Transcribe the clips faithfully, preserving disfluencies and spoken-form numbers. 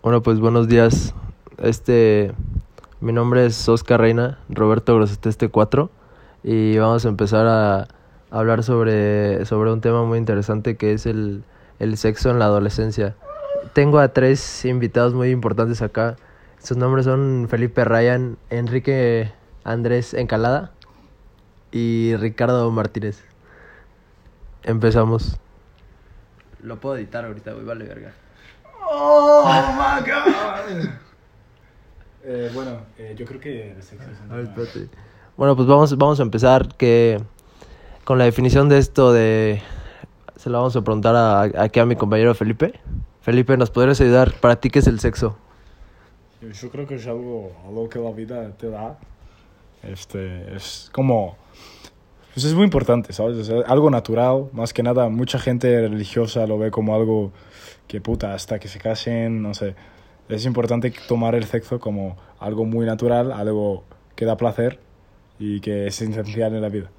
Bueno, pues buenos días. Este, mi nombre es Oscar Reina, Roberto Grosseteste cuatro, y vamos a empezar a hablar sobre, sobre un tema muy interesante que es el, el sexo en la adolescencia. Tengo a tres invitados muy importantes acá. Sus nombres son Felipe Ryan, Enrique Andrés Encalada y Ricardo Martínez. Empezamos. Lo puedo editar ahorita, güey, vale verga. ¡Oh, my God! eh, bueno, eh, yo creo que el sexo es un A ver, tema- espérate. Bueno, pues vamos, vamos a empezar que con la definición de esto de... Se lo vamos a preguntar a, aquí a mi compañero Felipe. Felipe, ¿nos podrías ayudar? ¿Para ti qué es el sexo? Yo, yo creo que es algo, algo que la vida te da. Este, es como... Pues es muy importante, ¿sabes? O sea, algo natural, más que nada. Mucha gente religiosa lo ve como algo que puta, hasta que se casen, no sé. Es importante tomar el sexo como algo muy natural, algo que da placer y que es esencial en la vida.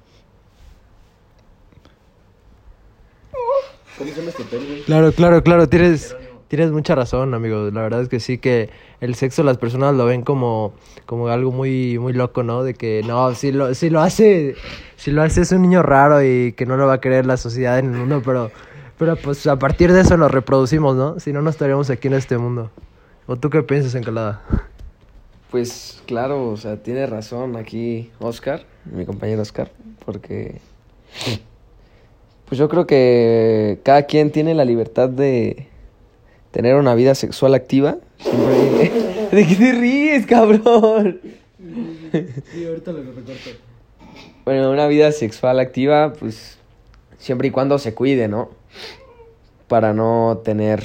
¿Cómo se llama este peli? Claro, claro, claro, tienes, tienes mucha razón, amigo. La verdad es que sí, que el sexo las personas lo ven como, como algo muy, muy loco, ¿no? De que no, si lo, si lo hace, si lo hace es un niño raro y que no lo va a querer la sociedad en el mundo, pero, pero pues a partir de eso lo reproducimos, ¿no? Si no, no estaríamos aquí en este mundo. ¿O tú qué piensas, Encalada? Pues claro, o sea, tiene razón aquí Oscar, mi compañero Oscar, porque pues yo creo que cada quien tiene la libertad de tener una vida sexual activa. Siempre... ¿De qué te ríes, cabrón? Sí, ahorita lo recorto. Bueno, una vida sexual activa, pues siempre y cuando se cuide, ¿no? Para no tener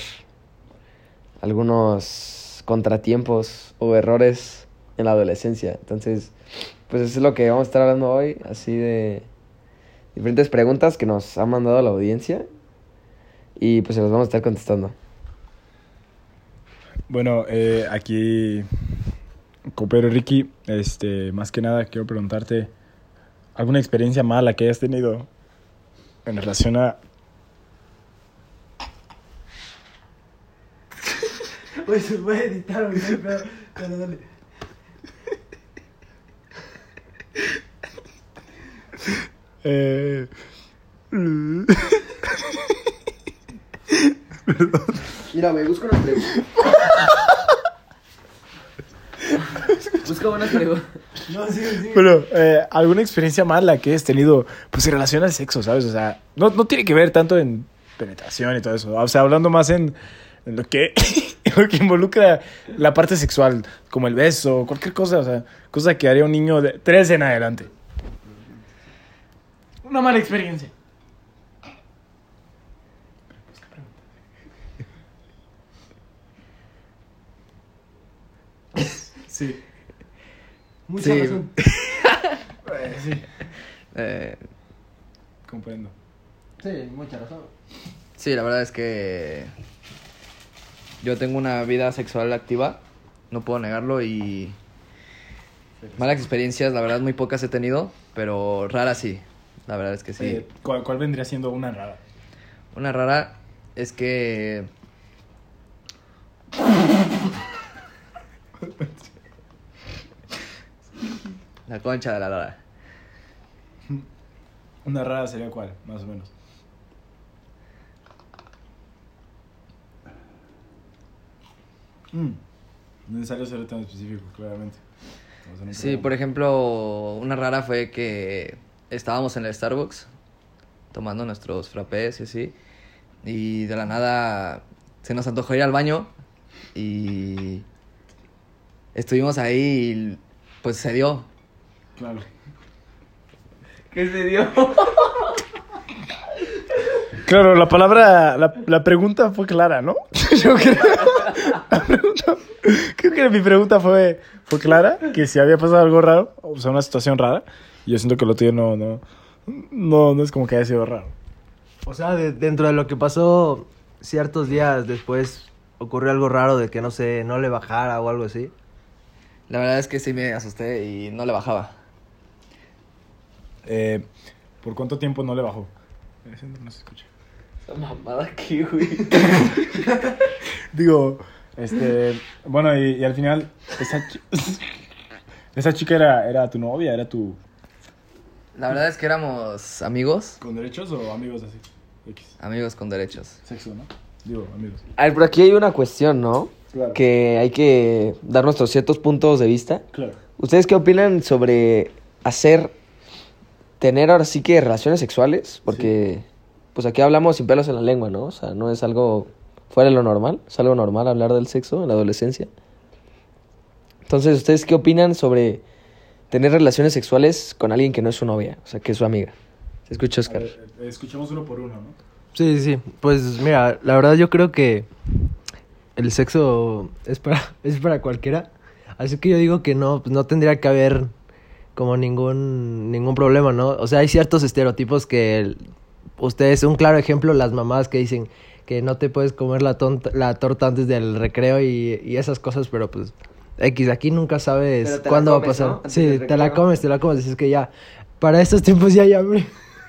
algunos contratiempos o errores en la adolescencia. Entonces, pues eso es lo que vamos a estar hablando hoy, así de diferentes preguntas que nos ha mandado la audiencia y pues se las vamos a estar contestando. Bueno, eh, aquí, copero Ricky, este, más que nada quiero preguntarte alguna experiencia mala que hayas tenido en relación a... Pues se puede editar, güey, pero... Dale, dale. Eh... Mira, me busco unas preguntas. Busca buenas preguntas. No, sí, sí. Bueno, eh, alguna experiencia mala que hayas tenido, pues en relación al sexo, ¿sabes? O sea, no, no tiene que ver tanto en penetración y todo eso. O sea, hablando más en, en lo que, en lo que involucra la parte sexual, como el beso, cualquier cosa, o sea, cosa que haría un niño de tres en adelante. Una mala experiencia. Sí. Mucha Sí. razón. Eh, sí, Eh, comprendo. Sí, mucha razón. sí, la verdad es que yo tengo una vida sexual activa, no puedo negarlo, y malas experiencias, la verdad, muy pocas he tenido, pero raras sí. La verdad es que sí. Eh, ¿cuál, ¿Cuál vendría siendo una rara? Una rara es que... La concha de la lora. Una rara sería cuál, más o menos. Mm. No es necesario ser tan específico, claramente. Estamos en un Sí, programa. por ejemplo, una rara fue que estábamos en el Starbucks tomando nuestros frappés y así, y de la nada se nos antojó ir al baño y estuvimos ahí y pues se dio. Claro. ¿Qué se dio? Claro, la palabra, la, la pregunta fue clara, ¿no? Yo creo, la pregunta, creo que mi pregunta fue, fue clara, que si había pasado algo raro, o sea, una situación rara, y yo siento que lo tuyo no, no, no, no es como que haya sido raro. O sea, de- dentro de lo que pasó ciertos días después, ocurrió algo raro de que, no sé, no le bajara o algo así. La verdad es que sí me asusté y no le bajaba. Eh, ¿Por cuánto tiempo no le bajó? Ese no se escucha. Esa mamada aquí, güey. Digo, Este, bueno, y, y al final, esa, chi- esa chica era, era tu novia, era tu... La verdad es que éramos amigos, ¿Con derechos o amigos así? X. amigos con derechos. Sexo, ¿no? Digo, amigos. A ver, pero aquí hay una cuestión, ¿no? Claro. Que hay que dar nuestros ciertos puntos de vista. Claro. ¿Ustedes qué opinan sobre hacer, tener ahora sí que relaciones sexuales? Porque, pues aquí hablamos sin pelos en la lengua, ¿no? O sea, no es algo fuera de lo normal, es algo normal hablar del sexo en la adolescencia. Entonces, ¿ustedes qué opinan sobre tener relaciones sexuales con alguien que no es su novia? O sea, que es su amiga. Se escucha, A Oscar. ver, eh, escuchemos uno por uno, ¿no? Sí, sí, sí. Pues mira, la verdad yo creo que el sexo es para, es para cualquiera. Así que yo digo que no, pues no tendría que haber como ningún, ningún problema, ¿no? O sea, hay ciertos estereotipos que el- ustedes, un claro ejemplo, las mamás que dicen que no te puedes comer la, tonta, la torta antes del recreo y, y esas cosas, pero pues X, aquí nunca sabes Pero te la cuándo va a comes, pasar. ¿no? Antes Sí, del te la recreo. comes, te la comes, así es que ya, para estos tiempos ya hay hambre.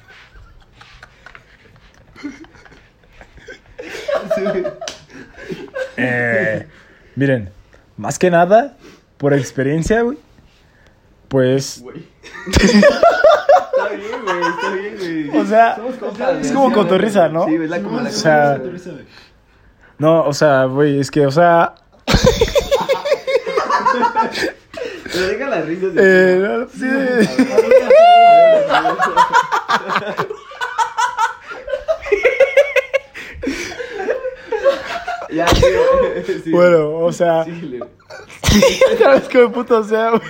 Eh, miren, más que nada, por experiencia, güey, pues... Está bien, güey, está bien, güey. O sea, es como cotorriza, ¿no? Sí, es la como la O sea, no, o sea, güey, es que, o sea... Pero deja las risas. Eh, no, sí. Ya, sí, sí. Bueno, o sea... Síguele, güey. ¿Sabes qué puto sea, güey?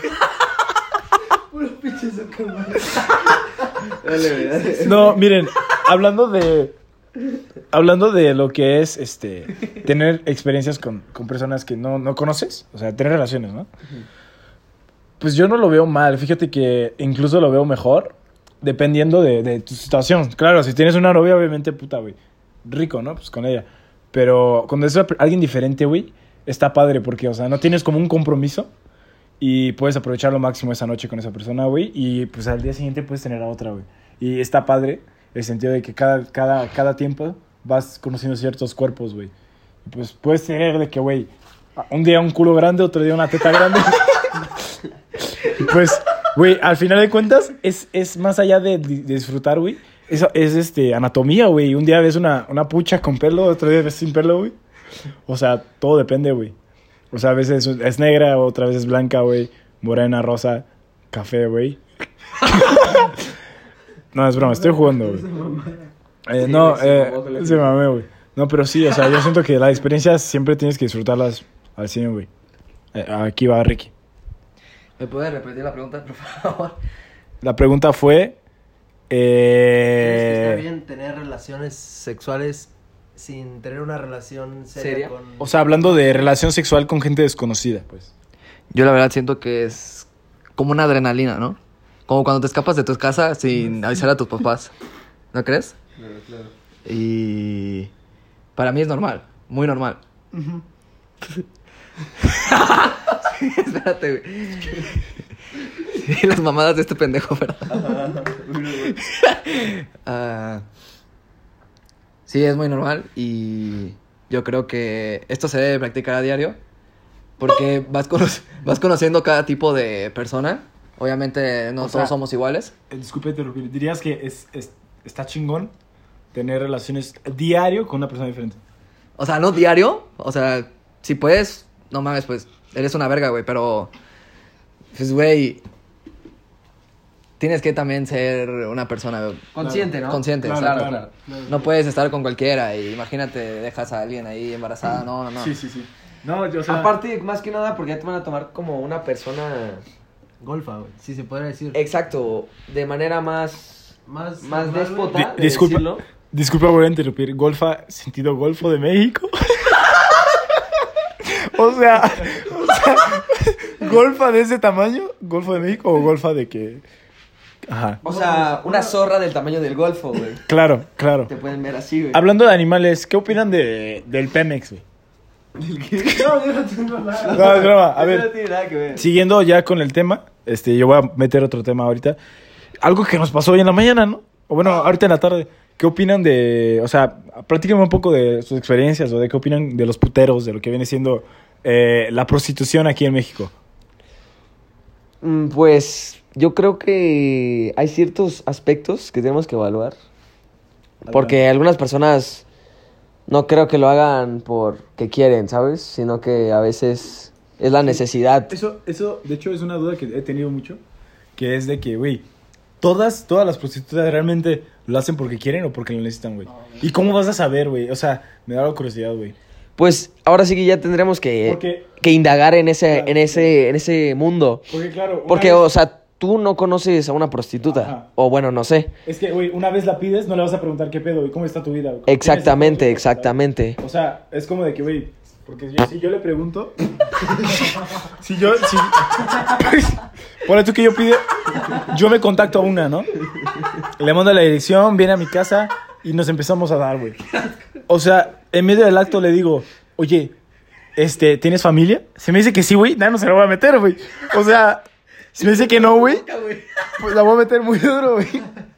Dale, güey, dale. No, miren, hablando de... Hablando de lo que es, este... Tener experiencias con, con personas que no, no conoces. O sea, tener relaciones, ¿no? Pues yo no lo veo mal. Fíjate que incluso lo veo mejor. Dependiendo de, de tu situación. Claro, si tienes una novia, obviamente, puta, güey. Rico, ¿no? Pues con ella. Pero cuando es alguien diferente, güey, está padre porque, o sea, no tienes como un compromiso y puedes aprovechar lo máximo esa noche con esa persona, güey, y pues al día siguiente puedes tener a otra, güey. Y está padre el sentido de que cada, cada, cada tiempo vas conociendo ciertos cuerpos, güey. Y pues puedes tener de que, güey, un día un culo grande, otro día una teta grande. Y pues, güey, al final de cuentas, es, es más allá de, de disfrutar, güey. Es, es este, anatomía, güey. Un día ves una, una pucha con pelo, otro día ves sin pelo, güey. O sea, todo depende, güey. O sea, a veces es negra, otra vez es blanca, güey. Morena, rosa, café, güey. No, es broma, estoy jugando, güey. Eh, no, Sí, se eh, mamó con la se mamé, güey. No, pero sí, o sea, yo siento que las experiencias siempre tienes que disfrutarlas al cien, güey. Eh, aquí va Ricky. ¿Me puedes repetir la pregunta, por favor? La pregunta fue... ¿Crees que Eh, está bien tener relaciones sexuales sin tener una relación seria, ¿Seria? con... O sea, hablando de relación sexual con gente desconocida, pues. Yo la verdad siento que es como una adrenalina, ¿no? Como cuando te escapas de tu casa sin avisar a tus papás. ¿No crees? Claro, claro. Y para mí es normal, muy normal. Sí, espérate, güey. Sí, las mamadas de este pendejo, ¿verdad? Ah, sí, es muy normal y yo creo que esto se debe practicar a diario porque vas, cono- vas conociendo cada tipo de persona. Obviamente no O sea, todos somos iguales. Eh, disculpe interrumpir. ¿Dirías que es, es- está chingón tener relaciones diario con una persona diferente? O sea, no diario. O sea, si puedes, no mames, pues eres una verga, güey. Pero, pues, güey, tienes que también ser una persona Consciente, ¿no? consciente. Claro, Claro, claro. claro. No puedes estar con cualquiera y imagínate, dejas a alguien ahí embarazada. No, no, no. Sí, sí, sí. No, yo, o sea... Aparte, más que nada, porque ya te van a tomar como una persona... Golfa, güey, si se podría decir. Exacto, de manera más... Más, Más normal, déspota. güey. Di- de disculpa, decirlo. disculpa por interrumpir. Golfa, sentido Golfo de México. o sea, o sea, ¿golfa de ese tamaño? ¿Golfo de México o golfa de que...? Ajá. O sea, una zorra del tamaño del Golfo, güey. Claro, claro. Te pueden ver así, güey. Hablando de animales, ¿qué opinan de, del Pemex, güey? No, yo no tengo nada. No, es broma. A Eso no ver, tiene nada que ver. siguiendo ya con el tema, este, yo voy a meter otro tema ahorita. Algo que nos pasó hoy en la mañana, ¿no? O bueno, ahorita en la tarde. ¿qué opinan de, o sea, platíquenme un poco de sus experiencias o de qué opinan de los puteros, de lo que viene siendo eh, la prostitución aquí en México? Mm, Pues yo creo que hay ciertos aspectos que tenemos que evaluar. Porque algunas personas no creo que lo hagan porque quieren, ¿sabes? Sino que a veces es la necesidad. Eso, eso, de hecho, es una duda que he tenido mucho, que es de que, güey, todas, todas las prostitutas realmente lo hacen porque quieren o porque lo necesitan, güey. ¿Y cómo vas a saber, güey? O sea, me da la curiosidad, güey. Pues ahora sí que ya tendremos que, Porque- que indagar en ese, Claro. en ese, en ese mundo. Porque, claro, una Porque, vez- o sea, tú no conoces a una prostituta. Ajá. O bueno, no sé. Es que, güey, una vez la pides, no le vas a preguntar qué pedo y cómo está tu vida. güey. Exactamente, ¿Tienes hijos? exactamente. O sea, es como de que, güey, porque yo- si yo le pregunto, si yo, si, ponle tú que yo pide, yo me contacto a una, ¿no? Le mando la dirección, viene a mi casa y nos empezamos a dar, güey. O sea, en medio del acto le digo, oye, este, ¿tienes familia? Si me dice que sí, güey, nada, no se la voy a meter, güey. O sea, si me dice que no, güey, pues la voy a meter muy duro, güey.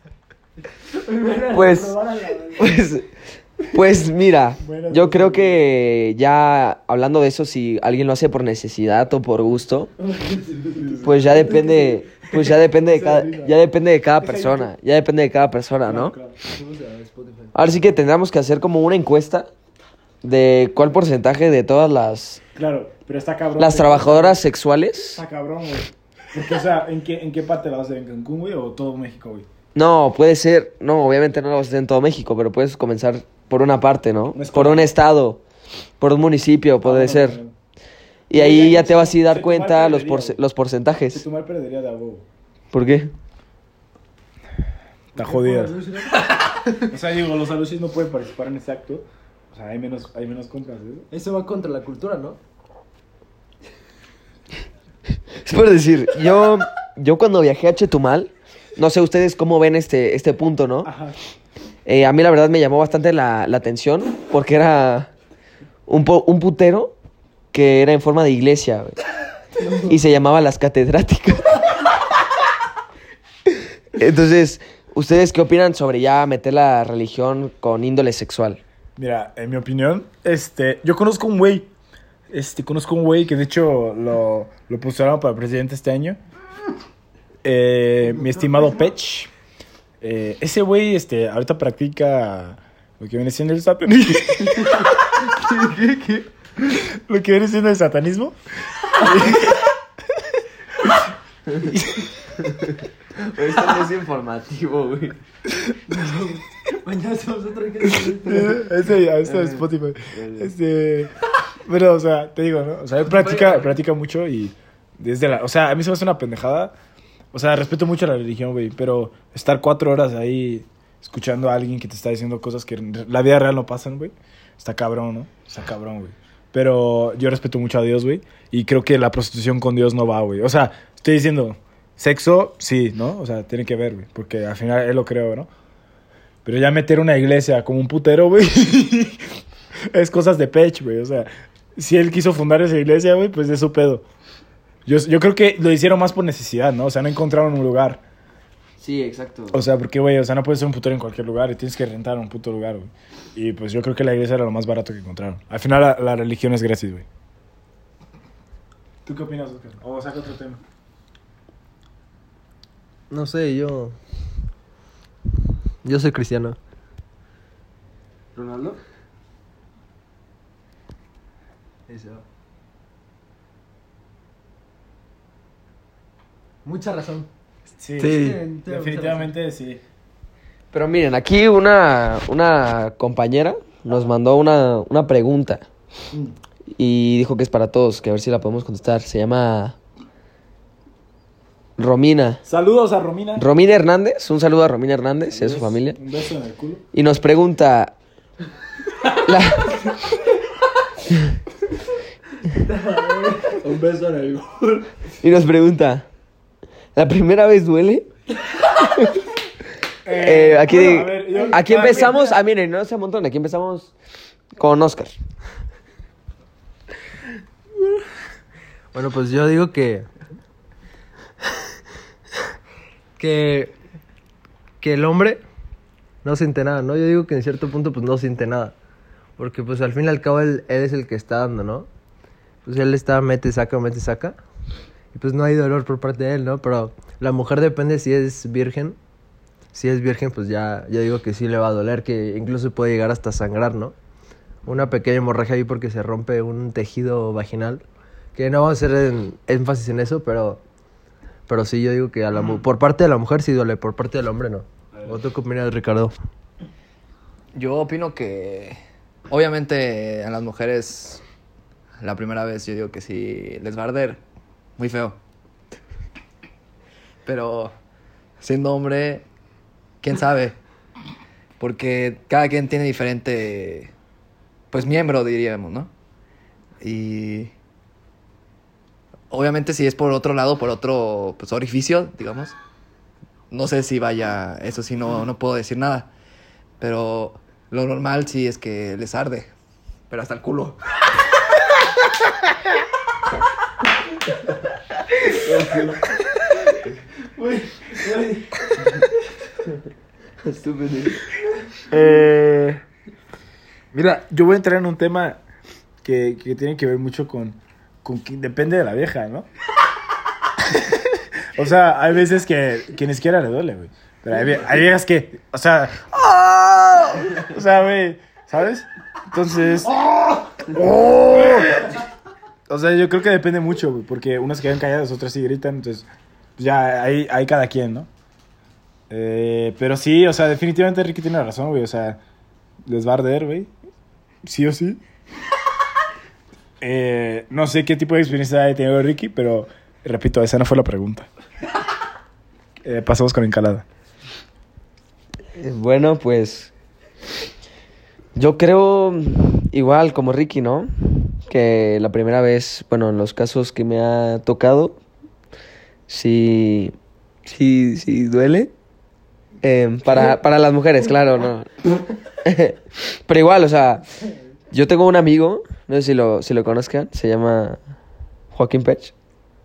Pues, pues, pues mira, yo creo que ya hablando de eso, si alguien lo hace por necesidad o por gusto, pues ya depende, pues ya depende de cada, ya depende de cada persona, ya depende de cada persona, ¿no? Ahora sí que tendríamos que hacer como una encuesta de cuál porcentaje de todas las, Claro, pero está cabrón. las güey. trabajadoras sexuales. Está cabrón, güey. Porque, o sea, ¿en qué, ¿en qué parte la vas a hacer? ¿En Cancún, güey, o todo México, güey? No, puede ser, no, obviamente no lo vas a hacer en todo México, pero puedes comenzar por una parte, ¿no? No es Por como- un estado, por un municipio, puede Ah, bueno, ser. bueno. Y ahí ya te vas a ir dar Se cuenta tomar los, perdería, porce- güey. los Se porcentajes. tomar perdería de huevo. ¿Por qué? Está jodida. O sea, digo, los alucis no pueden participar en este acto. O sea, hay menos, hay menos compras, ¿eh? Eso va contra la cultura, ¿no? Es por decir, yo, yo cuando viajé a Chetumal, no sé ustedes cómo ven este, este punto, ¿no? Ajá. Eh, a mí la verdad me llamó bastante la, la atención porque era un, po- un putero que era en forma de iglesia, güey. Y se llamaba Las Catedráticas. Entonces, ¿ustedes qué opinan sobre ya meter la religión con índole sexual? Mira, en mi opinión, este, yo conozco un güey. Este, conozco un güey que de hecho lo, lo postularon para presidente este año. Eh, mi estimado Pech. Eh, ese güey, este, ahorita practica lo que viene siendo el satanismo. ¿Qué, qué? Lo que viene siendo el satanismo. Esto no es informativo, güey. Mañana hacemos otro Ese ya está en Spotify. Este, pero, o sea, te digo, ¿no? O sea, él practica, practica mucho y desde la, o sea, a mí se me hace una pendejada. O sea, respeto mucho la religión, güey, pero estar cuatro horas ahí escuchando a alguien que te está diciendo cosas que en la vida real no pasan, güey, está cabrón, ¿no? Está cabrón, güey. Pero yo respeto mucho a Dios, güey, y creo que la prostitución con Dios no va, güey. O sea, estoy diciendo, sexo, sí, ¿no? O sea, tiene que ver, güey, porque al final él lo creo, ¿no? Pero ya meter una iglesia como un putero, güey, es cosas de Pech, güey. O sea, si él quiso fundar esa iglesia, güey, pues es su pedo. Yo, yo creo que lo hicieron más por necesidad, ¿no? O sea, no encontraron un lugar. Sí, exacto. O sea, porque, güey, o sea, no puedes ser un putero en cualquier lugar y tienes que rentar un puto lugar, güey. Y pues yo creo que la iglesia era lo más barato que encontraron. Al final la, la religión es gratis, güey. ¿Tú qué opinas, Oscar? O saca otro tema. No sé, yo. Yo soy cristiano. ¿Ronaldo? Mucha razón. Sí, Sí. definitivamente sí. Pero miren, aquí una, una compañera nos mandó una, una pregunta. Y dijo que es para todos, que a ver si la podemos contestar. Se llama Romina. Saludos a Romina. Romina Hernández, un saludo a Romina Hernández y a su familia. Un beso en el culo. Y nos pregunta... la- Un beso en el gol. y nos pregunta... ¿La primera vez duele? Eh, aquí bueno, a ver, yo- aquí a ver, empezamos... mira. Ah, miren, no se montón. Aquí empezamos con Oscar. Bueno, pues yo digo que. Que. Que el hombre no siente nada, ¿no? Yo digo que en cierto punto pues no siente nada. Porque pues al fin y al cabo él, él es el que está dando, ¿no? Pues él está mete, saca, mete, saca. Y pues no hay dolor por parte de él, ¿no? Pero la mujer depende si es virgen. Si es virgen, pues ya, ya digo que sí le va a doler, que incluso puede llegar hasta sangrar, ¿no? Una pequeña hemorragia ahí porque se rompe un tejido vaginal. Que no vamos a hacer en, énfasis en eso, pero... Pero sí, yo digo que a la mu- por parte de la mujer sí duele, por parte del hombre no. ¿O tú qué opinas, Ricardo? Yo opino que, obviamente, a las mujeres, la primera vez yo digo que sí les va a arder, muy feo. Pero, siendo hombre, quién sabe. Porque cada quien tiene diferente, pues, miembro, diríamos, ¿no? Y... Obviamente si es por otro lado, por otro pues, orificio, digamos. No sé si vaya, eso sí no, no puedo decir nada. Pero lo normal sí es que les arde. Pero hasta el culo. Eh, mira, yo voy a entrar en un tema que, que tiene que ver mucho con, con que depende de la vieja, ¿no? O sea, hay veces que, que ni siquiera le duele, güey. Pero hay, vie- hay viejas que, o sea, ¡ah! O sea, güey, ¿sabes? Entonces, ¡oh! O sea, yo creo que depende mucho, güey, porque unas quedan calladas, otras sí gritan, entonces, pues ya hay, hay cada quien, ¿no? Eh, pero sí, o sea, definitivamente Ricky tiene razón, güey, o sea, les va a arder, güey, sí o sí. Eh, no sé qué tipo de experiencia ha tenido Ricky, pero repito, esa no fue la pregunta. Eh, pasamos con Encalada. Eh, Bueno, pues yo creo igual como Ricky, ¿no? Que la primera vez, bueno, en los casos que me ha tocado, sí, sí, sí duele. Eh, para, para las mujeres, claro, ¿no? Pero igual, o sea, yo tengo un amigo, no sé si lo, si lo conozcan, se llama Joaquín Pech.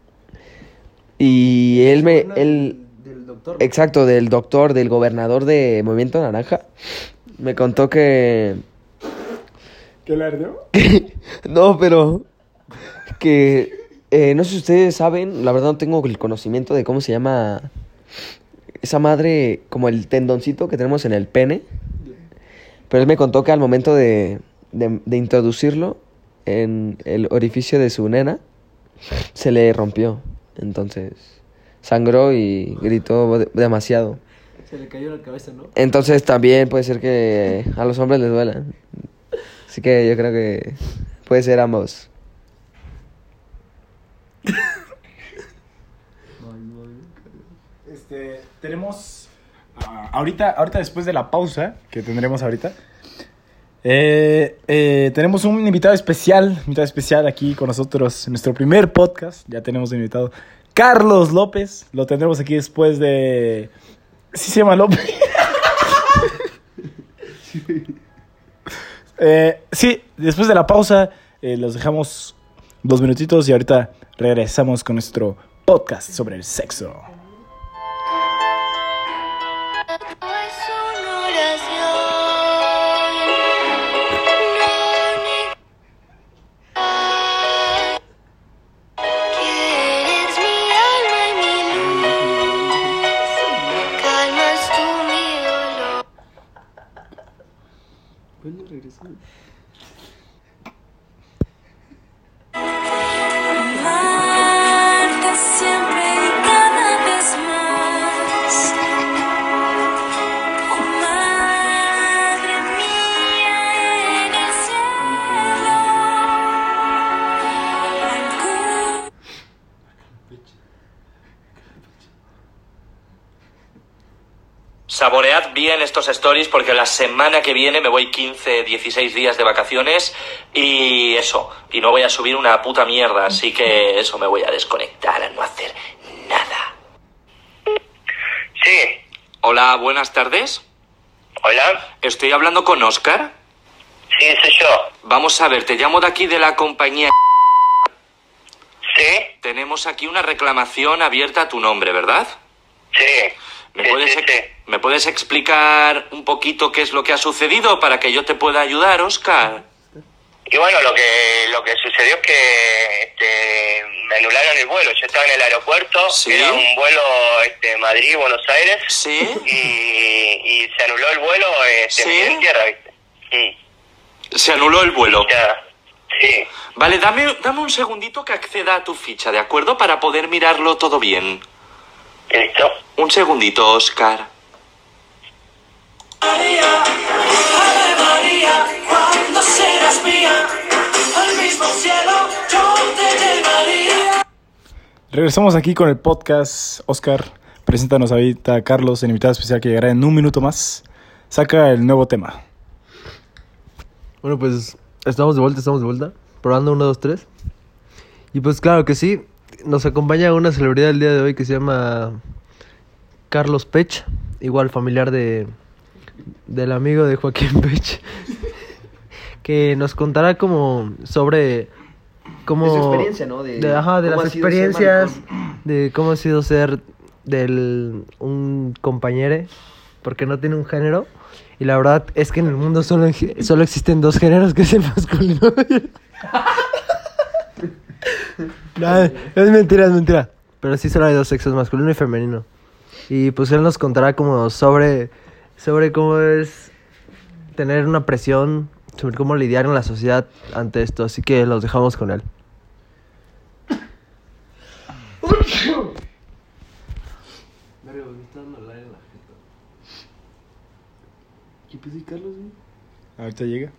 Y él me, él, Del doctor. exacto, del doctor, del gobernador de Movimiento Naranja, me contó que, ¿Qué le ardió? no, pero que, eh, no sé si ustedes saben, la verdad no tengo el conocimiento de cómo se llama esa madre, como el tendoncito que tenemos en el pene, pero él me contó que al momento de, de, de introducirlo en el orificio de su nena, se le rompió, entonces sangró y gritó de- demasiado. Se le cayó la cabeza, ¿no? Entonces también puede ser que a los hombres les duela. Así que yo creo que puede ser ambos. Este, tenemos ah, ahorita, ahorita después de la pausa que tendremos ahorita, eh, eh, tenemos un invitado especial, invitado especial aquí con nosotros en nuestro primer podcast. Ya tenemos un invitado, Carlos López. Lo tendremos aquí después de... ¿Sí se llama López? eh, sí, después de la pausa eh, los dejamos dos minutitos y ahorita regresamos con nuestro podcast sobre el sexo. Es una oración, no quieres mi alma y mi luz, calmas tú mi dolor. Amarte siempre y cada vez más. Oh, madre mía en el cielo. Algún Saboread bien estos stories porque la semana que viene me voy quince, dieciséis días de vacaciones y eso, y no voy a subir una puta mierda, así que eso, me voy a desconectar, a no hacer nada. Sí, Hola, buenas tardes. hola, Estoy hablando con Oscar. sí, soy yo. Vamos a ver, te llamo de aquí de la compañía. Sí, Tenemos aquí una reclamación abierta a tu nombre, ¿verdad? sí, ¿Me Sí, puedes, sí, ex- sí. ¿Me puedes explicar un poquito qué es lo que ha sucedido para que yo te pueda ayudar, Oscar? Y bueno, lo que lo que sucedió es que este, me anularon el vuelo. Yo estaba en el aeropuerto, ¿Sí? era un vuelo este, Madrid-Buenos Aires, ¿Sí? y, y se anuló el vuelo, este, ¿Sí? me quedé en tierra, ¿viste? Mm. Se anuló el vuelo. Ya, sí. Vale, dame, dame un segundito que acceda a tu ficha, ¿de acuerdo? Para poder mirarlo todo bien. ¿Listo? Un segundito, Oscar. Ave María, cuando serás mía, al mismo cielo yo te llevaría. Regresamos aquí con el podcast. Oscar, preséntanos ahorita a Carlos, el invitado especial que llegará en un minuto más. Saca el nuevo tema. Bueno, pues estamos de vuelta, estamos de vuelta. Probando uno, dos, tres. Y pues claro que sí, nos acompaña una celebridad el día de hoy que se llama Carlos Pech, igual familiar de del amigo de Joaquín Pech, que nos contará como sobre cómo De su experiencia, ¿no? De- de, ajá, de cómo las ha sido ser experiencias, maricón. de cómo ha sido ser del un compañero, porque no tiene un género. Y la verdad es que en el mundo solo, solo existen dos géneros, que es el masculino. No, es mentira, es mentira. Pero sí solo hay dos sexos, masculino y femenino. Y pues él nos contará como sobre, sobre cómo es tener una presión, sobre cómo lidiar en la sociedad ante esto. Así que los dejamos con él. Ahorita llega.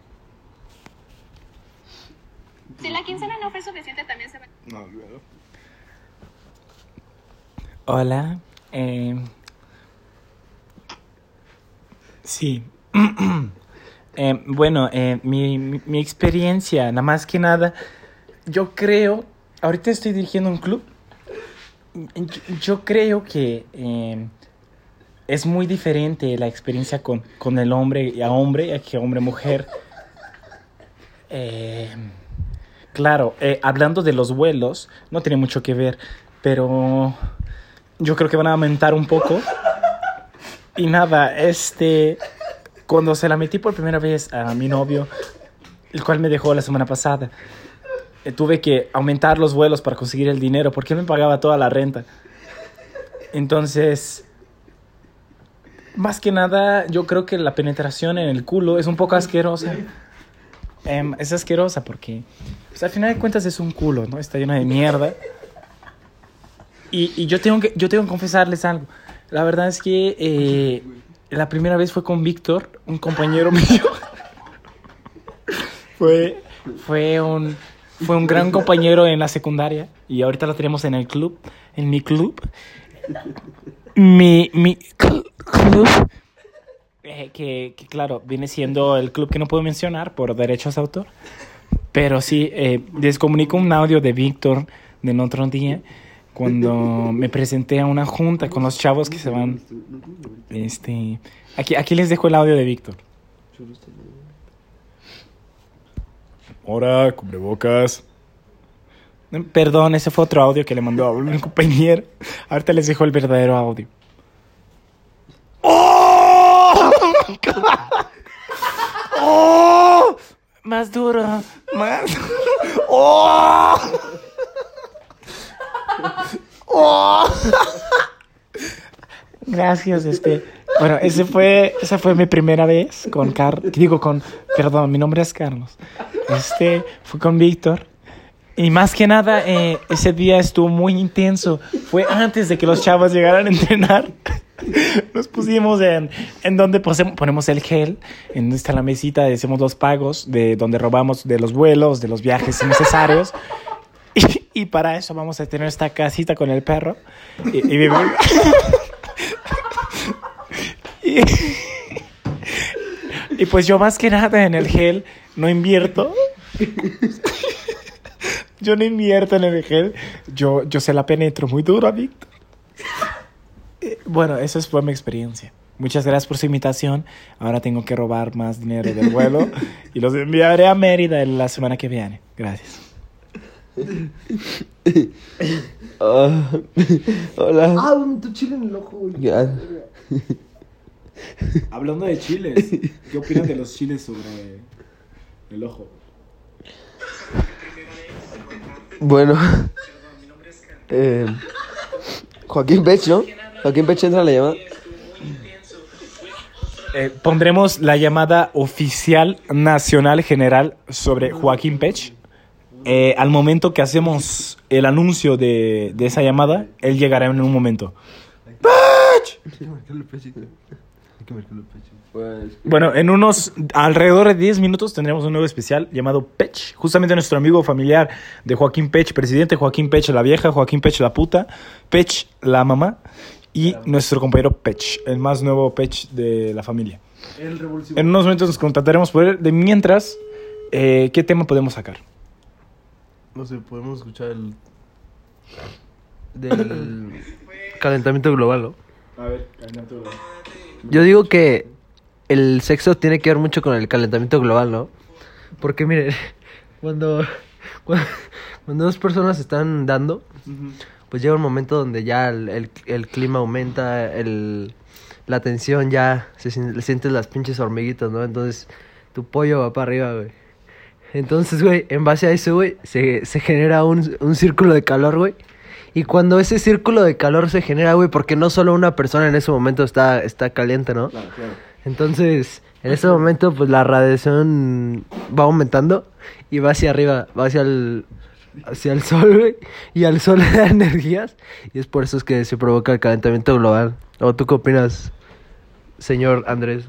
Si la quincena no fue suficiente, también se va. No, claro. Hola. Eh, sí. Eh, bueno, eh, mi, mi, mi experiencia, nada más que nada, yo creo, ahorita estoy dirigiendo un club, yo, yo creo que eh, es muy diferente la experiencia con, con el hombre a hombre a que hombre-mujer. Eh, claro, eh, hablando de los vuelos, no tiene mucho que ver, pero yo creo que van a aumentar un poco. Y nada, este... Cuando se la metí por primera vez a mi novio, el cual me dejó la semana pasada, eh, tuve que aumentar los vuelos para conseguir el dinero, porque él me pagaba toda la renta. Entonces, más que nada, yo creo que la penetración en el culo es un poco asquerosa. Eh, es asquerosa porque, pues, al final de cuentas es un culo, ¿no? Está lleno de mierda. Y, y yo, tengo que, yo tengo que confesarles algo. La verdad es que... Eh, La primera vez fue con Víctor, un compañero mío. fue, fue, un, fue un gran compañero en la secundaria. Y ahorita lo tenemos en el club, en mi club. Mi, mi cl- club, eh, que, que claro, viene siendo el club que no puedo mencionar por derechos de autor. Pero sí, eh, les comunico un audio de Víctor del otro día, cuando me presenté a una junta con los chavos que se van. Este, aquí, aquí les dejo el audio de Víctor. Ahora, cubrebocas. Perdón, ese fue otro audio que le mandó a un compañero. Ahorita les dejo el verdadero audio. ¡Oh! ¡Oh! Más duro, más. ¡Oh! ¡Oh! Gracias, este. Bueno, ese fue, esa fue mi primera vez con Car... Digo, con... Perdón, mi nombre es Carlos. Este, fue con Víctor. Y más que nada, eh, ese día estuvo muy intenso. Fue antes de que los chavos llegaran a entrenar. Nos pusimos en, en donde posemos, ponemos el gel. En donde está la mesita, hacemos los pagos de donde robamos de los vuelos, de los viajes innecesarios. Y, y para eso vamos a tener esta casita con el perro. Y, y vivir... y, y pues yo más que nada en el gel no invierto. Yo no invierto en el gel. Yo, yo se la penetro muy duro, Víctor. Bueno, esa fue mi experiencia. Muchas gracias por su invitación. Ahora tengo que robar más dinero del vuelo y los enviaré a Mérida la semana que viene. Gracias. Ah, hola. Ah, un tu chile en el ojo, güey. Ya. Hablando de chiles, ¿qué opinan de los chiles sobre el ojo? Bueno. Eh, Joaquín Pech, ¿no? Joaquín Pech entra a la llamada. Eh, pondremos la llamada oficial nacional general sobre Joaquín Pech. Eh, al momento que hacemos el anuncio de, de esa llamada, él llegará en un momento. ¡Pech! Bueno, en unos alrededor de diez minutos tendremos un nuevo especial llamado Pech. Justamente nuestro amigo familiar de Joaquín Pech, presidente, Joaquín Pech la vieja, Joaquín Pech la puta, Pech la mamá y nuestro compañero Pech, el más nuevo Pech de la familia. En unos momentos nos contactaremos por él. De mientras, eh, ¿qué tema podemos sacar? No sé, podemos escuchar el... del calentamiento global, ¿no? A ver, calentamiento global. Yo digo que el sexo tiene que ver mucho con el calentamiento global, ¿no? Porque miren, cuando, cuando, cuando dos personas están dando, pues llega un momento donde ya el, el, el clima aumenta, el, la tensión ya, se le sientes las pinches hormiguitas, ¿no? Entonces tu pollo va para arriba, güey. Entonces, güey, en base a eso, güey, se, se genera un, un círculo de calor, güey. Y cuando ese círculo de calor se genera, güey, porque no solo una persona en ese momento está, está caliente, ¿no? Claro, claro. Entonces, en ese momento, pues la radiación va aumentando y va hacia arriba, va hacia el, hacia el sol, güey. Y al sol le da energías. Y es por eso es que se provoca el calentamiento global. ¿O tú qué opinas, señor Andrés?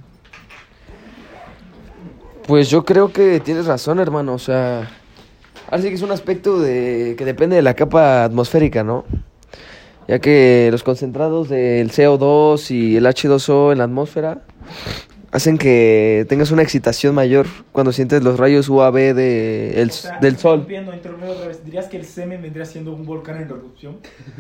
Pues yo creo que tienes razón, hermano. O sea, ahora sí que es un aspecto de que depende de la capa atmosférica, ¿no? Ya que los concentrados del C O dos y el H dos O en la atmósfera hacen que tengas una excitación mayor cuando sientes los rayos U A B de el, O sea, del sol. interrumpiendo, interrumpiendo otra vez, ¿dirías que el semen vendría siendo un volcán en erupción?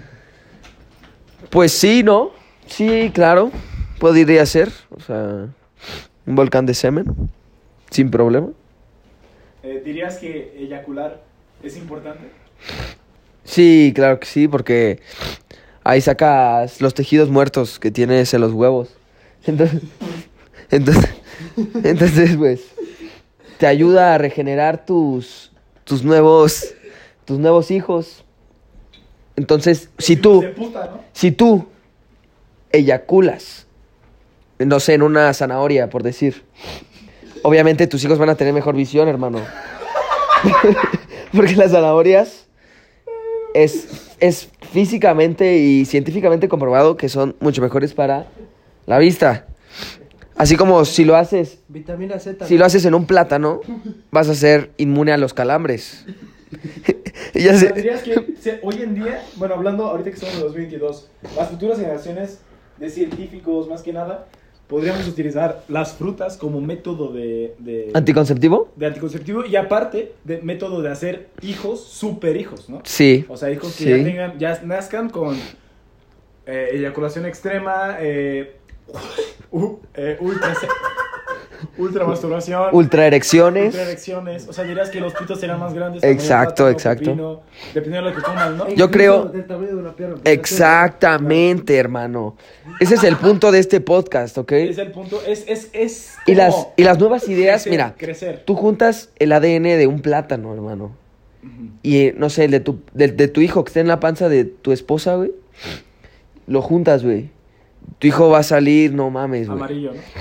Pues sí, ¿no? Sí, claro. Podría ser. O sea, un volcán de semen. Sin problema. Eh, ¿Dirías que eyacular es importante? Sí, claro que sí, porque ahí sacas los tejidos muertos que tienes en los huevos. Entonces, entonces, entonces pues, te ayuda a regenerar tus, tus nuevos, tus nuevos hijos. Entonces, si tú, De puta, ¿no? si tú eyaculas, no sé, en una zanahoria, por decir, obviamente tus hijos van a tener mejor visión, hermano. Porque las zanahorias es, es físicamente y científicamente comprobado que son mucho mejores para la vista. Así como si lo haces, Vitamina Z. si lo haces en un plátano, vas a ser inmune a los calambres. Y ya sé- ¿Dirías que se- hoy en día, bueno, hablando ahorita que estamos en dos mil veintidós, las futuras generaciones de científicos, más que nada, podríamos utilizar las frutas como método de, de, ¿Anticonceptivo? de anticonceptivo y aparte de método de hacer hijos, super hijos, ¿no? Sí. O sea, hijos que Sí. ya tengan, ya nazcan con eh, eyaculación extrema, eh, u- eh, ultra, ultra masturbación, Ultra erecciones. ultra erecciones. O sea, dirías que los pitos serán más grandes. Exacto, tamaño exacto. pepino, dependiendo de lo que coman, ¿no? Yo creo- Del tamaño de una pierna, porque Exactamente, hermano. Ese es el punto de este podcast, ¿ok? Es el punto, es, es, es Y las, como y las nuevas ideas, crecer, mira, crecer. tú juntas el A D N de un plátano, hermano. Y, eh, no sé, el de tu, de, de tu hijo que está en la panza de tu esposa, güey. Lo juntas, güey. Tu hijo va a salir, no mames, güey. Amarillo, ¿no?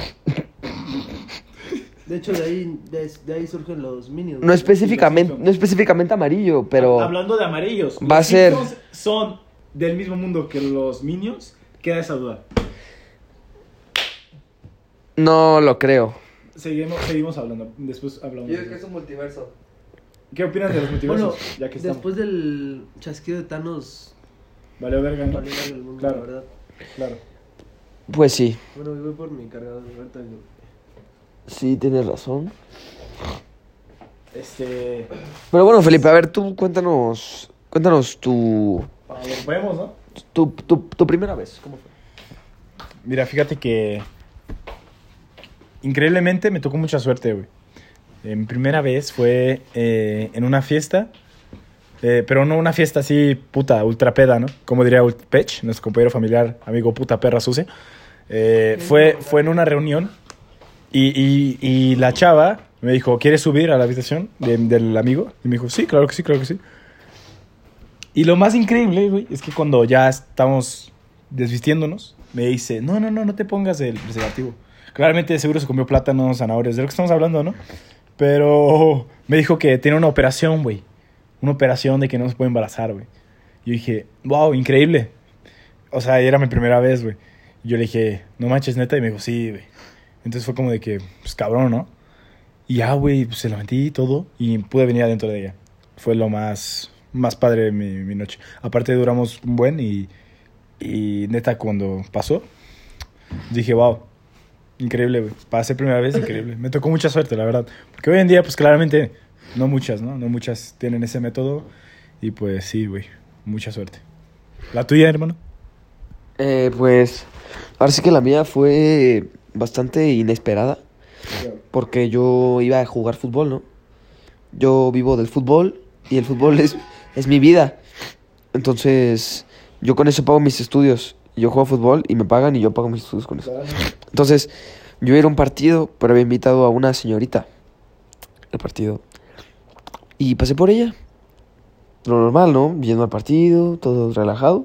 De hecho, de ahí, de, de ahí surgen los minions. No específicamente, no específicamente amarillo, pero... Hablando de amarillos, Va a ¿los ser- Simpsons son del mismo mundo que los Minions? Queda esa duda. No lo creo. Seguimos, seguimos hablando, después hablamos. de eso. un multiverso. ¿Qué opinas de los multiversos? Bueno, ya que estamos. después del chasquido de Thanos, Vale, verga, ¿no? valió verga el mundo, Claro. la verdad. Claro. Pues sí. Bueno, voy por mi cargador. Ahorita yo- Sí, tienes razón. Este. Pero bueno, Felipe, a ver, tú cuéntanos... Cuéntanos tu... A lo que podemos, ¿no? Tu, tu, tu primera vez. ¿Cómo fue? Mira, fíjate que. Increíblemente me tocó mucha suerte, güey. Eh, mi primera vez fue eh, en una fiesta. Eh, pero no una fiesta así, puta, ultra peda, ¿no? Como diría Ult- Pech, nuestro compañero familiar, amigo puta perra sucia. Eh, fue, fue en una reunión y, y, y la chava me dijo, ¿quieres subir a la habitación de- del amigo? Y me dijo, sí, claro que sí, claro que sí. Y lo más increíble, güey, es que cuando ya estamos desvistiéndonos, me dice, no, no, no, no te pongas el preservativo. Claramente seguro se comió plátanos, zanahorias, de lo que estamos hablando, ¿no? Pero me dijo que tiene una operación, güey. Una operación de que no se puede embarazar, güey. Yo dije, wow, increíble. O sea, era mi primera vez, güey. Yo le dije, no manches, neta. Y me dijo, sí, güey. Entonces fue como de que, pues cabrón, ¿no? Y ya, güey, pues se la metí y todo. Y pude venir adentro de ella. Fue lo más, más padre de mi, mi noche. Aparte duramos un buen y, y neta cuando pasó, dije, wow, increíble, güey. Para ser primera vez, increíble. Me tocó mucha suerte, la verdad. Porque hoy en día, pues claramente, no muchas, ¿no? No muchas tienen ese método. Y pues sí, güey, mucha suerte. ¿La tuya, hermano? Eh, pues, ahora sí que la mía fue bastante inesperada. Porque yo iba a jugar fútbol, ¿no? Yo vivo del fútbol y el fútbol es, es mi vida. Entonces, yo con eso pago mis estudios. Yo juego fútbol y me pagan y yo pago mis estudios con eso. Entonces, yo iba a ir a un partido, pero había invitado a una señorita al partido. Y pasé por ella. Lo normal, ¿no? Yendo al partido, todo relajado.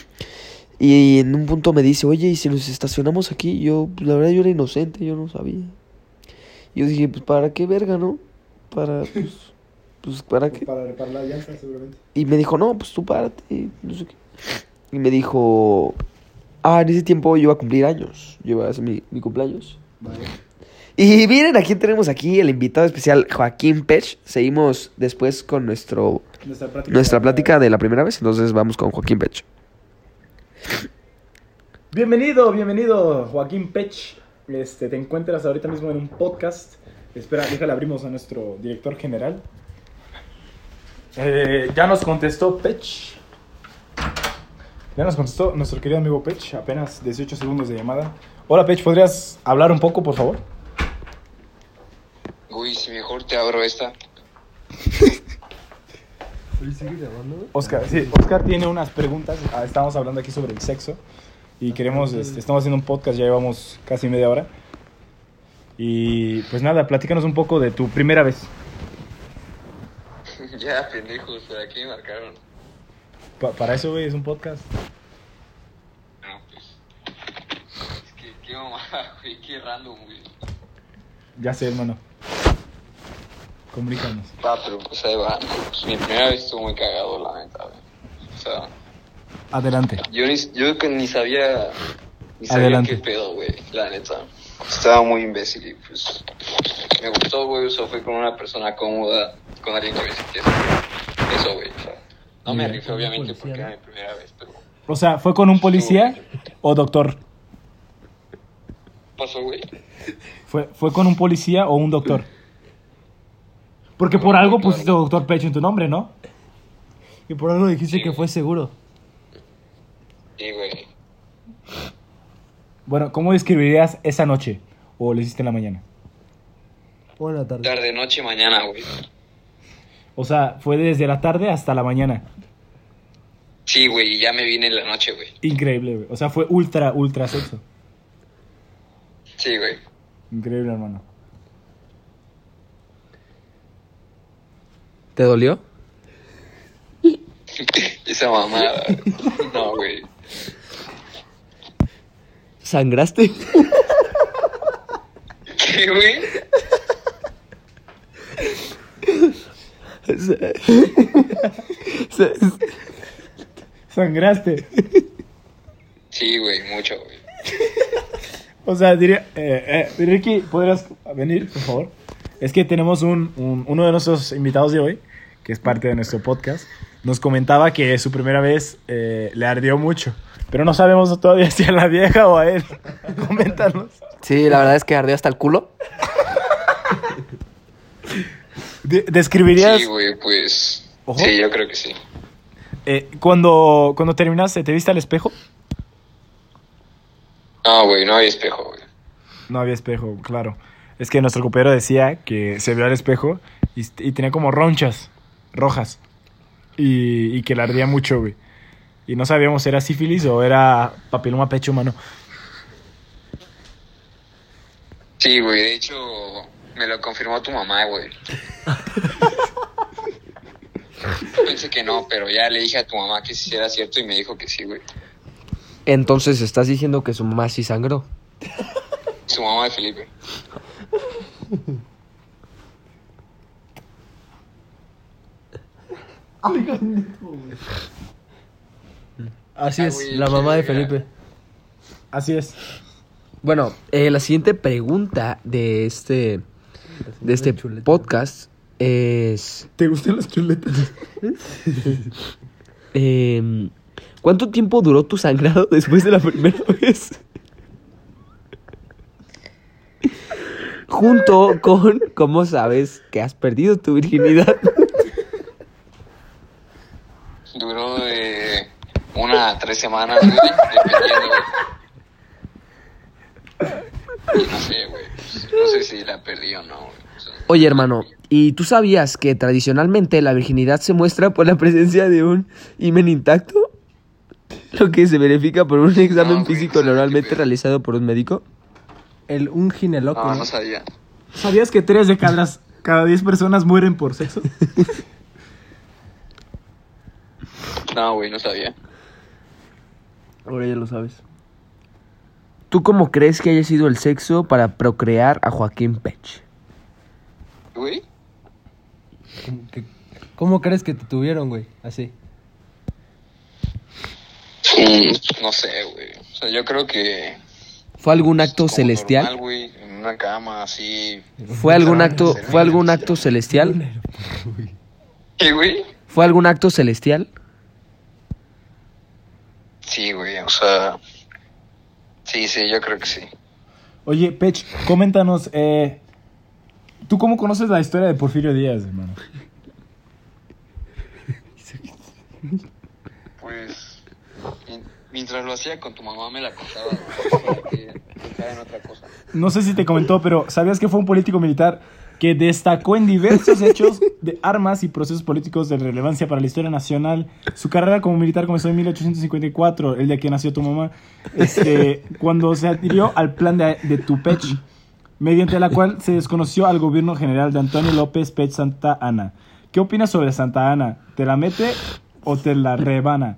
Y en un punto me dice, oye, ¿y si nos estacionamos aquí? Yo, pues, la verdad, yo era inocente, yo no sabía. Y yo dije, pues, ¿para qué verga, no? Para, pues, pues ¿para qué? Para reparar la llanta, seguramente. Y me dijo, no, pues tú párate, no sé qué. Y me dijo, ah, en ese tiempo yo iba a cumplir años. Yo iba a hacer mi, mi cumpleaños. Vale. Y miren, a quién tenemos aquí, el invitado especial, Joaquín Pech. Seguimos después con nuestro Nuestra plática, nuestra plática de la primera vez. Entonces vamos con Joaquín Pech. Bienvenido, bienvenido, Joaquín Pech. Este, te encuentras ahorita mismo en un podcast. Espera, déjale abrimos a nuestro director general. Eh, ya nos contestó Pech. Ya nos contestó nuestro querido amigo Pech. Apenas dieciocho segundos de llamada. Hola Pech, ¿podrías hablar un poco, por favor? Uy, si mejor te abro esta. Oscar, sí, Oscar tiene unas preguntas. Ah, estamos hablando aquí sobre el sexo. Y queremos, este, estamos haciendo un podcast, ya llevamos casi media hora. Y pues nada, platícanos un poco de tu primera vez. Ya, pendejos, ¿para qué me marcaron? Pa- para eso, güey, es un podcast. No, pues. Es que, qué mamada, güey, qué random, güey. Ya sé, hermano. Comunícanos. Ah, pero pues ahí va. Pues, mi primera vez estuvo muy cagado, la neta, güey. O sea, Adelante. yo ni, yo que ni sabía, ni sabía Adelante. qué pedo, güey, la neta. Estaba muy imbécil y pues me gustó, güey. O sea, fui con una persona cómoda, con alguien que me sintiese. Eso, güey. O sea, no me rifé, obviamente, porque era mi primera vez, pero. O sea, ¿fue con un policía o doctor? ¿Qué pasó, güey? ¿Fue, ¿Fue con un policía o un doctor? Porque por algo pusiste doctor Pecho en tu nombre, ¿no? Y por algo dijiste Sí. que fue seguro. Sí, güey. Bueno, ¿cómo describirías esa noche? ¿O lo hiciste en la mañana? Buena tarde. Tarde, noche, mañana, güey. O sea, fue desde la tarde hasta la mañana. Sí, güey, y ya me vine en la noche, güey. Increíble, güey. O sea, fue ultra, ultra sexo. Sí, güey. Increíble, hermano. ¿Te dolió? Esa mamada. No, güey. ¿Sangraste? ¿Qué, güey? ¿Sangraste? Sí, güey, mucho, güey. O sea, diría... Eh, eh, Ricky, ¿podrías venir, por favor? Es que tenemos un, un, uno de nuestros invitados de hoy, que es parte de nuestro podcast, nos comentaba que su primera vez eh, le ardió mucho. Pero no sabemos todavía si a la vieja o a él. Coméntanos. Sí, la verdad es que ardió hasta el culo. De- ¿Describirías Sí, güey, pues... Ojo. Sí, yo creo que sí. eh, cuando, cuando terminaste, te viste al espejo? No, güey, no hay espejo, güey. No había espejo, claro. Es que nuestro compañero decía que se vio al espejo y, y tenía como ronchas rojas. y, y que le ardía mucho, güey. Y no sabíamos si era sífilis o era papiloma pecho humano. Sí, güey, de hecho, me lo confirmó tu mamá, güey. Pensé que no, pero ya le dije a tu mamá que sí era cierto y me dijo que sí, güey. Entonces, ¿estás diciendo que su mamá sí sangró? Su mamá de Felipe. Así Ah, es, güey, la qué mamá de verga. Felipe. Así es. Bueno, eh, la siguiente pregunta de este, de este Chuleta. podcast es... ¿Te gustan las chuletas? eh, ¿Cuánto tiempo duró tu sangrado después de la primera vez? Junto con cómo sabes que has perdido tu virginidad. Duró de una a tres semanas, güey, dependiendo, güey. Y no sé, güey. No sé si la perdí o no, güey. O sea, Oye, hermano, ¿y tú sabías que tradicionalmente la virginidad se muestra por la presencia de un himen intacto? Lo que se verifica por un examen No, güey, físico no sé normalmente qué pedo. realizado por un médico. El un gineloco, no, ¿no? no sabía. ¿Sabías que tres de cada, cada diez personas mueren por sexo? No, güey, no sabía. Ahora ya lo sabes. ¿Tú cómo crees que haya sido el sexo para procrear a Joaquín Pech? Güey, ¿Cómo, que- cómo crees que te tuvieron, güey? Así. mm, no sé, güey. O sea, yo creo que... ¿Fue algún acto como celestial? normal, güey, en una cama así... ¿Fue algún acto, Será fue algún celestial. acto celestial? ¿Qué, güey? ¿Fue algún acto celestial? Sí, güey, o sea... Sí, sí, yo creo que sí. Oye, Pech, coméntanos, eh, ¿tú cómo conoces la historia de Porfirio Díaz, hermano? Pues... mien- Mientras lo hacía con tu mamá me la contaba, güey, para que pensara en otra cosa. No sé si te comentó, pero ¿sabías que fue un político militar que destacó en diversos hechos de armas y procesos políticos de relevancia para la historia nacional? Su carrera como militar comenzó en mil ochocientos cincuenta y cuatro, el día que nació tu mamá, este, cuando se adhirió al plan de, de Tupech, mediante la cual se desconoció al gobierno general de Antonio López Pech Santa Anna. ¿Qué opinas sobre Santa Anna? ¿Te la mete o te la rebana?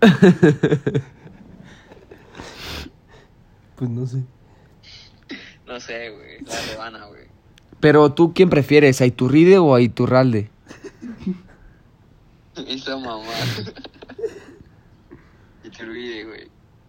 Pues no sé. No sé, güey, la rebana, güey. Pero tú, ¿quién prefieres? ¿A Iturride o a Iturralde? Esa mamá. Y te olvide, güey.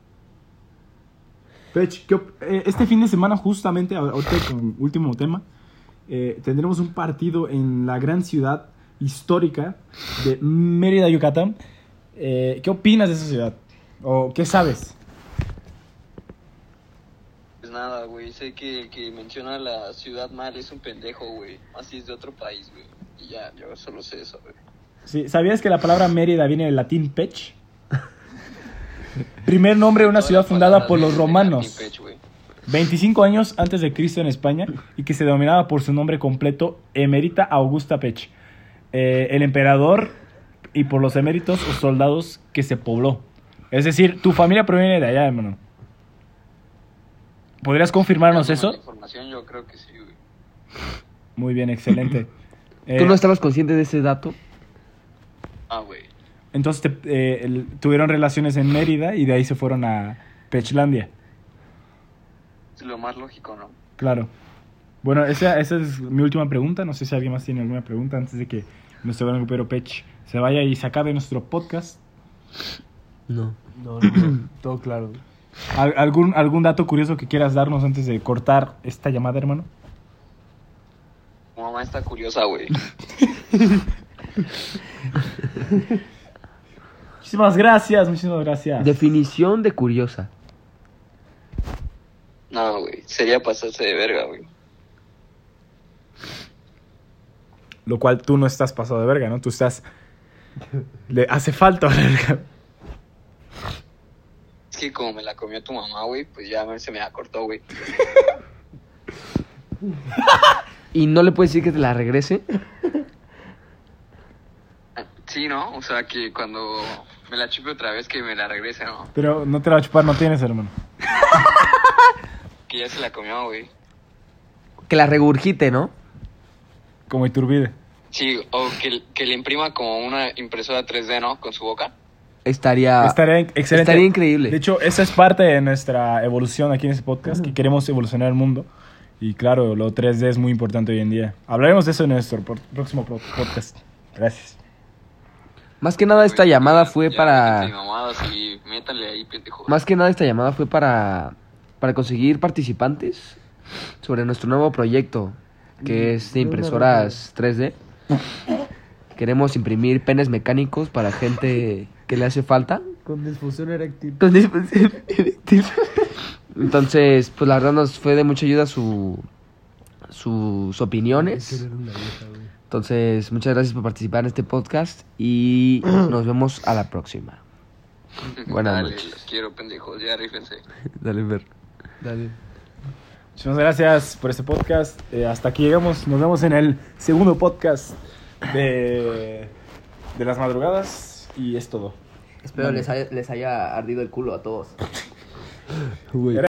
Pech, ¿qué op- eh, este fin de semana justamente, ahorita con último tema, eh, tendremos un partido en la gran ciudad histórica de Mérida, Yucatán. Eh, ¿Qué opinas de esa ciudad? ¿O qué sabes? Pues nada, güey, sé que el que menciona la ciudad mal es un pendejo, güey. Así es de otro país, güey. Y ya, yo solo sé eso, güey. Sí, ¿sabías que la palabra Mérida viene del latín Pech? Primer nombre de una Todas ciudad las fundada palabras por los vienen del romanos. latín pech, güey. veinticinco años antes de Cristo en España y que se denominaba por su nombre completo Emerita Augusta Pech, eh, el emperador y por los eméritos o soldados que se pobló. Es decir, tu familia proviene de allá, hermano. ¿Podrías confirmarnos Ya, eso? la información yo creo que sí, güey. Muy bien, excelente. Eh, ¿Tú no estabas consciente de ese dato? Ah, güey. Entonces te- eh, el- tuvieron relaciones en Mérida y de ahí se fueron a Pechlandia. Es lo más lógico, ¿no? Claro. Bueno, esa, esa es mi última pregunta. No sé si alguien más tiene alguna pregunta antes de que nuestro gran grupero Pech se vaya y se acabe nuestro podcast. No. No, no, no. Todo claro. güey. ¿Al- ¿Algún, ¿Algún dato curioso que quieras darnos antes de cortar esta llamada, hermano? Tu mamá está curiosa, güey. Muchísimas gracias, muchísimas gracias. Definición de curiosa. No, güey, sería pasarse de verga, güey. Lo cual tú no estás pasado de verga, ¿no? Tú estás... Le hace falta verga. Es que como me la comió tu mamá, güey, pues ya se me acortó, güey. ¿Y no le puedes decir que te la regrese? Sí, ¿no? O sea, que cuando me la chupe otra vez, que me la regrese, ¿no? Pero no te la va a chupar, no tienes, hermano. Que ya se la comió, güey. Que la regurgite, ¿no? Como Iturbide. Sí, o que, que le imprima como una impresora tres D, ¿no? Con su boca. Estaría, Estaría excelente. estaría increíble. De hecho, esa es parte de nuestra evolución aquí en este podcast, que queremos evolucionar el mundo. Y claro, lo tres D es muy importante hoy en día. Hablaremos de eso en nuestro por- próximo pro- podcast. Gracias. Más que nada esta Güey, llamada ya, fue ya, para... déjense de mamadas y métanle ahí, pendejos. Más que nada esta llamada fue para, para conseguir participantes sobre nuestro nuevo proyecto, que es de impresoras tres D. Queremos imprimir penes mecánicos para gente que le hace falta. Con disfunción eréctil. Con disfunción eréctil. Entonces, pues la verdad nos fue de mucha ayuda su, sus opiniones. Entonces, muchas gracias por participar en este podcast y nos vemos a la próxima. Buenas Dale, noches. los quiero, pendejos. Ya rífense. Dale, ver. Dale. Muchas gracias por este podcast. Eh, hasta aquí llegamos. Nos vemos en el segundo podcast de, de las madrugadas. Y es todo. Espero les haya, les haya ardido el culo a todos. Güey.